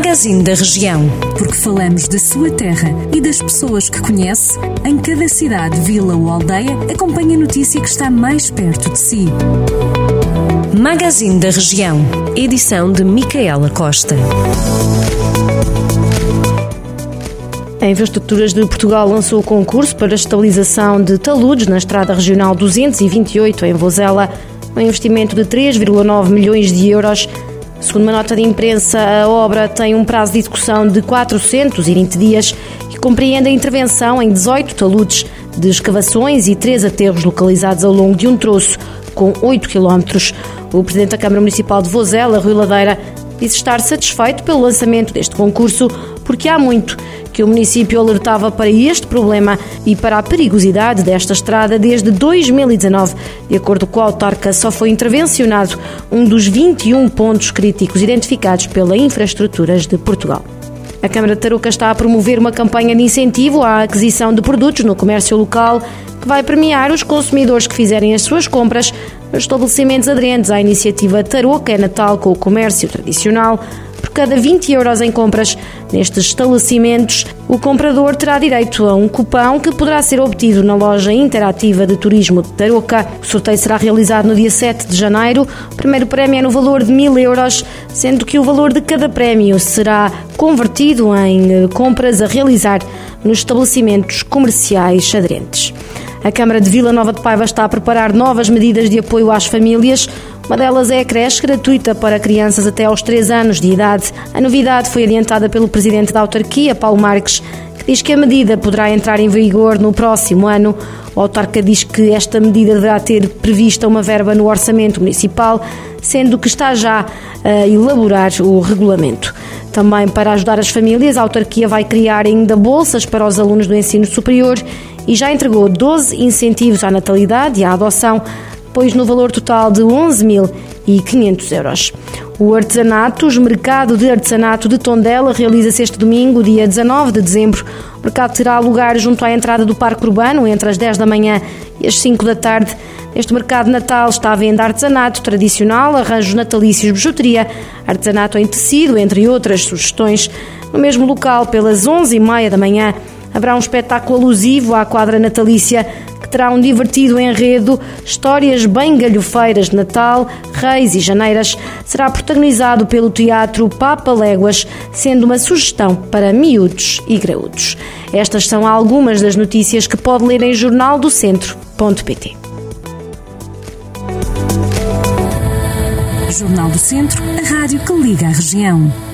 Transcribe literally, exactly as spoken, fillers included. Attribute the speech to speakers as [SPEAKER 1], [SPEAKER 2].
[SPEAKER 1] Magazine da Região. Porque falamos da sua terra e das pessoas que conhece, em cada cidade, vila ou aldeia, acompanhe a notícia que está mais perto de si. Magazine da Região. Edição de Micaela Costa.
[SPEAKER 2] A Infraestruturas de Portugal lançou o concurso para a estabilização de taludes na Estrada Regional duzentos e vinte e oito em Vozela, um investimento de três vírgula nove milhões de euros. Segundo uma nota de imprensa, a obra tem um prazo de execução de quatrocentos e vinte dias e compreende a intervenção em dezoito taludes de escavações e três aterros localizados ao longo de um troço com oito quilómetros. O Presidente da Câmara Municipal de Vozela, Rui Ladeira, disse estar satisfeito pelo lançamento deste concurso porque há muito que o município alertava para este problema e para a perigosidade desta estrada desde dois mil e dezanove. De acordo com a autarca, só foi intervencionado um dos vinte e um pontos críticos identificados pela Infraestruturas de Portugal. A Câmara de Tarouca está a promover uma campanha de incentivo à aquisição de produtos no comércio local que vai premiar os consumidores que fizerem as suas compras nos estabelecimentos aderentes à iniciativa Tarouca é Natal com o Comércio Tradicional. Por cada vinte euros em compras nestes estabelecimentos, o comprador terá direito a um cupão que poderá ser obtido na loja interativa de turismo de Tarouca. O sorteio será realizado no dia sete de janeiro. O primeiro prémio é no valor de mil euros, sendo que o valor de cada prémio será convertido em compras a realizar nos estabelecimentos comerciais aderentes. A Câmara de Vila Nova de Paiva está a preparar novas medidas de apoio às famílias. Uma delas é a creche gratuita para crianças até aos três anos de idade. A novidade foi adiantada pelo Presidente da autarquia, Paulo Marques, que diz que a medida poderá entrar em vigor no próximo ano. O autarca diz que esta medida deverá ter prevista uma verba no orçamento municipal, sendo que está já a elaborar o regulamento. Também para ajudar as famílias, a autarquia vai criar ainda bolsas para os alunos do ensino superior e já entregou doze incentivos à natalidade e à adoção, pois no valor total de onze mil e quinhentos euros. O artesanato, o mercado de artesanato de Tondela, realiza-se este domingo, dia dezanove de dezembro. O mercado terá lugar junto à entrada do Parque Urbano, entre as dez da manhã e as cinco da tarde. Neste mercado de Natal está à venda artesanato tradicional, arranjos natalícios, bijuteria, artesanato em tecido, entre outras sugestões. No mesmo local, pelas onze e meia da manhã, haverá um espetáculo alusivo à quadra natalícia que terá um divertido enredo, histórias bem galhofeiras de Natal, Reis e Janeiras. Será protagonizado pelo Teatro Papa Léguas, sendo uma sugestão para miúdos e graúdos. Estas são algumas das notícias que pode ler em jornal do centro ponto pt.
[SPEAKER 1] Jornal do Centro, a rádio que liga a região.